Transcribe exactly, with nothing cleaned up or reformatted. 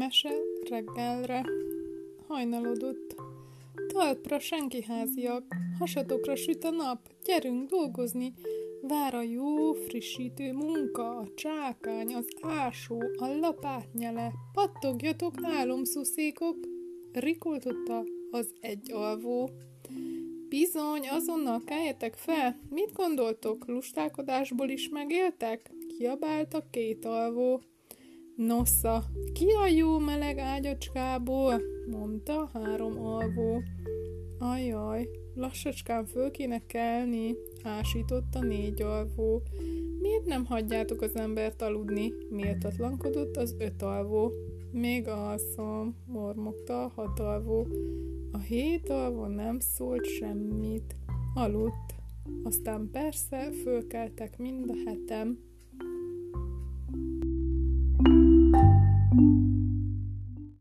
Mese reggelre. Hajnalodott. Talpra senki háziak, hasatokra süt a nap, gyerünk dolgozni. Vár a jó, frissítő munka, a csákány, az ásó, a lapátnyele. Pattogjatok, álomszuszékok, rikoltotta az egyalvó. Bizony, azonnal keljetek fel, mit gondoltok, lustálkodásból is megéltek? Kiabált a két alvó. Nosza, ki a jó meleg ágyacskából? Mondta három alvó. Ajaj, lassacskán föl kéne kelni, ásított a négy alvó. Miért nem hagyjátok az embert aludni? Méltatlankodott az öt alvó. Még alszom, mormogta a hat alvó. A hét alvó nem szólt semmit. Aludt. Aztán persze fölkeltek mind a heten.